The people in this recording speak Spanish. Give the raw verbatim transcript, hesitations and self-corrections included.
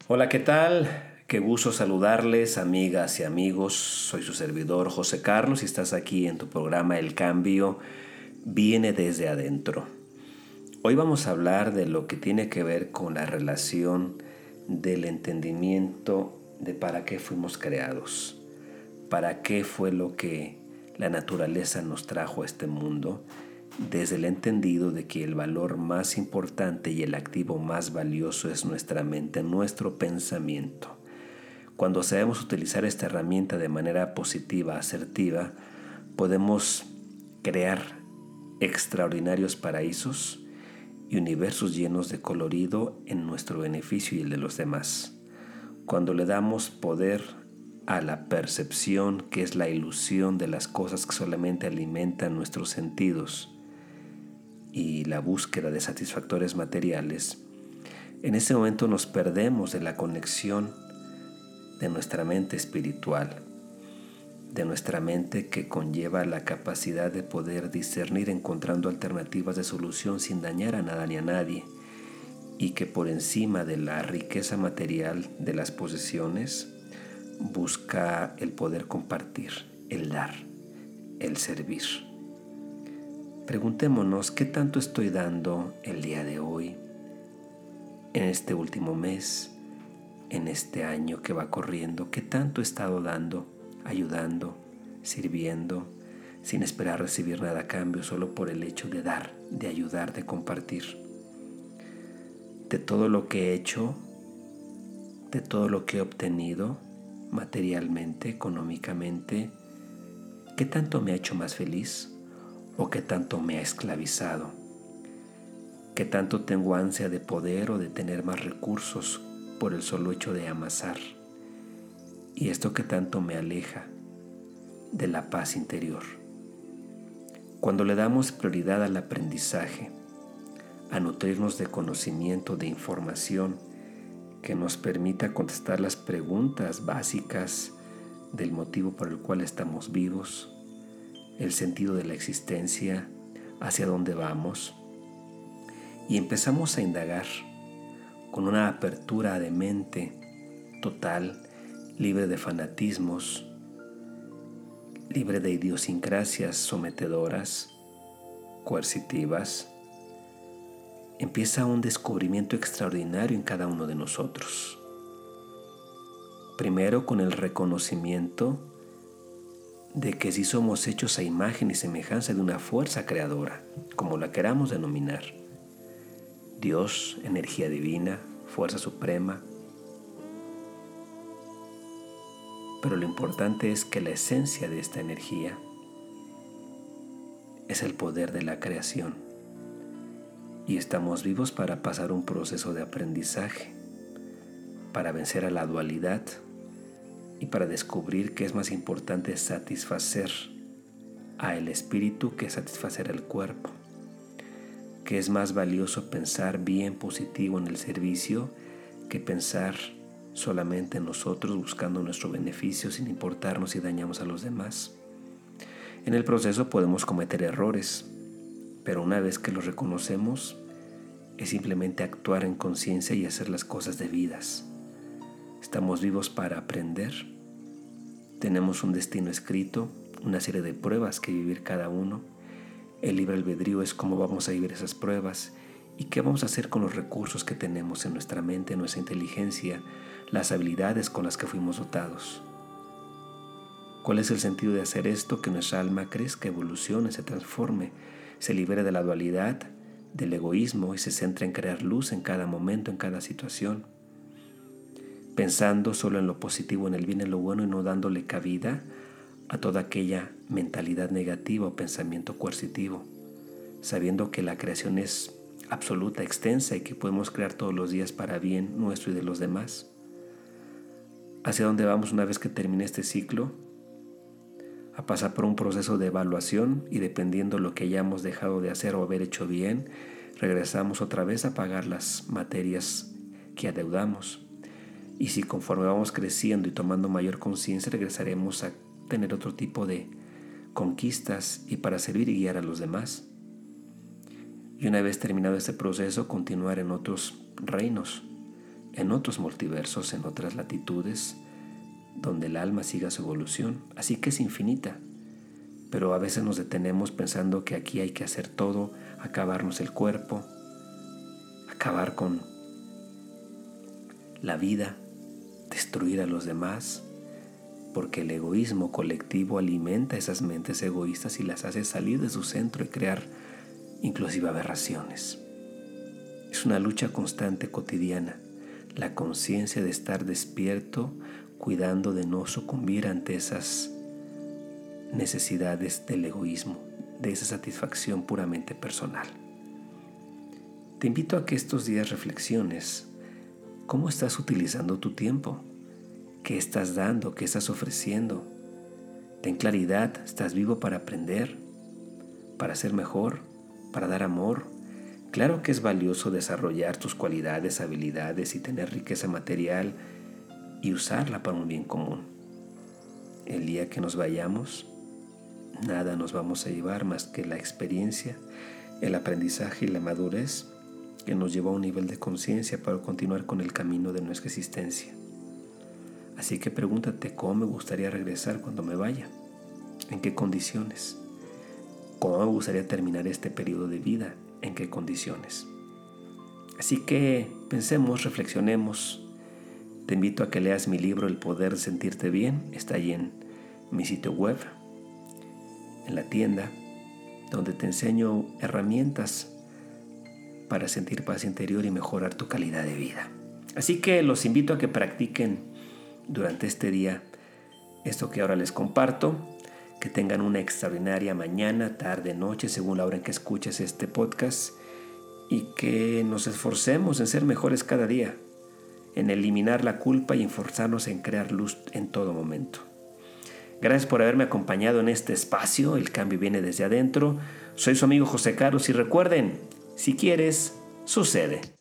Hola, ¿qué tal? Qué gusto saludarles, amigas y amigos. Soy su servidor José Carlos y estás aquí en tu programa El Cambio viene desde adentro. Hoy vamos a hablar de lo que tiene que ver con la relación del entendimiento de para qué fuimos creados, para qué fue lo que la naturaleza nos trajo a este mundo, desde el entendido de que el valor más importante y el activo más valioso es nuestra mente, nuestro pensamiento. Cuando sabemos utilizar esta herramienta de manera positiva, asertiva, podemos crear extraordinarios paraísos y universos llenos de colorido en nuestro beneficio y el de los demás. Cuando le damos poder a la percepción, que es la ilusión de las cosas que solamente alimentan nuestros sentidos, y la búsqueda de satisfactores materiales, en ese momento nos perdemos de la conexión de nuestra mente espiritual, de nuestra mente que conlleva la capacidad de poder discernir encontrando alternativas de solución sin dañar a nada ni a nadie, y que por encima de la riqueza material de las posesiones busca el poder compartir, el dar, el servir. Preguntémonos qué tanto estoy dando el día de hoy, en este último mes, en este año que va corriendo, qué tanto he estado dando, ayudando, sirviendo, sin esperar recibir nada a cambio, solo por el hecho de dar, de ayudar, de compartir. De todo lo que he hecho, de todo lo que he obtenido materialmente, económicamente, ¿qué tanto me ha hecho más feliz o qué tanto me ha esclavizado? ¿Qué tanto tengo ansia de poder o de tener más recursos por el solo hecho de amasar? ¿Y esto qué tanto me aleja de la paz interior? Cuando le damos prioridad al aprendizaje, a nutrirnos de conocimiento, de información que nos permita contestar las preguntas básicas del motivo por el cual estamos vivos, el sentido de la existencia, hacia dónde vamos, y empezamos a indagar con una apertura de mente total, libre de fanatismos, libre de idiosincrasias sometedoras, coercitivas, empieza un descubrimiento extraordinario en cada uno de nosotros. Primero, con el reconocimiento de que sí somos hechos a imagen y semejanza de una fuerza creadora, como la queramos denominar. Dios, energía divina, fuerza suprema. Pero lo importante es que la esencia de esta energía es el poder de la creación. Y estamos vivos para pasar un proceso de aprendizaje, para vencer a la dualidad y para descubrir que es más importante satisfacer a el espíritu que satisfacer el cuerpo, que es más valioso pensar bien positivo en el servicio que pensar solamente en nosotros buscando nuestro beneficio sin importarnos si dañamos a los demás. En el proceso podemos cometer errores, pero una vez que los reconocemos, es simplemente actuar en conciencia y hacer las cosas debidas. Estamos vivos para aprender. Tenemos un destino escrito, una serie de pruebas que vivir cada uno. El libre albedrío es cómo vamos a vivir esas pruebas y qué vamos a hacer con los recursos que tenemos en nuestra mente, nuestra inteligencia, las habilidades con las que fuimos dotados. ¿Cuál es el sentido de hacer esto? Que nuestra alma crezca, evolucione, se transforme, se libere de la dualidad, del egoísmo y se centre en crear luz en cada momento, en cada situación. Pensando solo en lo positivo, en el bien, en lo bueno y no dándole cabida a toda aquella mentalidad negativa o pensamiento coercitivo, sabiendo que la creación es absoluta, extensa y que podemos crear todos los días para bien nuestro y de los demás. ¿Hacia dónde vamos una vez que termine este ciclo? A pasar por un proceso de evaluación y dependiendo lo que hayamos dejado de hacer o haber hecho bien, regresamos otra vez a pagar las materias que adeudamos. Y si conforme vamos creciendo y tomando mayor conciencia, regresaremos a tener otro tipo de conquistas y para servir y guiar a los demás. Y una vez terminado este proceso, continuar en otros reinos, en otros multiversos, en otras latitudes, donde el alma siga su evolución. Así que es infinita. Pero a veces nos detenemos pensando que aquí hay que hacer todo, acabarnos el cuerpo, acabar con la vida, destruir a los demás, porque el egoísmo colectivo alimenta esas mentes egoístas y las hace salir de su centro y crear inclusive aberraciones. Es una lucha constante cotidiana, la conciencia de estar despierto, cuidando de no sucumbir ante esas necesidades del egoísmo, de esa satisfacción puramente personal. Te invito a que estos días reflexiones cómo estás utilizando tu tiempo, qué estás dando, qué estás ofreciendo. Ten claridad, ¿estás vivo para aprender, para ser mejor, para dar amor? Claro que es valioso desarrollar tus cualidades, habilidades y tener riqueza material y usarla para un bien común. El día que nos vayamos, nada nos vamos a llevar más que la experiencia, el aprendizaje y la madurez que nos llevó a un nivel de conciencia para continuar con el camino de nuestra existencia. Así que pregúntate cómo me gustaría regresar cuando me vaya, en qué condiciones, cómo me gustaría terminar este periodo de vida, en qué condiciones. Así que pensemos, reflexionemos. Te invito a que leas mi libro El Poder de Sentirte Bien. Está ahí en mi sitio web, en la tienda, donde te enseño herramientas para sentir paz interior y mejorar tu calidad de vida. Así que los invito a que practiquen durante este día esto que ahora les comparto. Que tengan una extraordinaria mañana, tarde, noche, según la hora en que escuches este podcast, y que nos esforcemos en ser mejores cada día, en eliminar la culpa y esforzarnos en crear luz en todo momento. Gracias por haberme acompañado en este espacio. El cambio viene desde adentro. Soy su amigo José Carlos y recuerden, si quieres, sucede.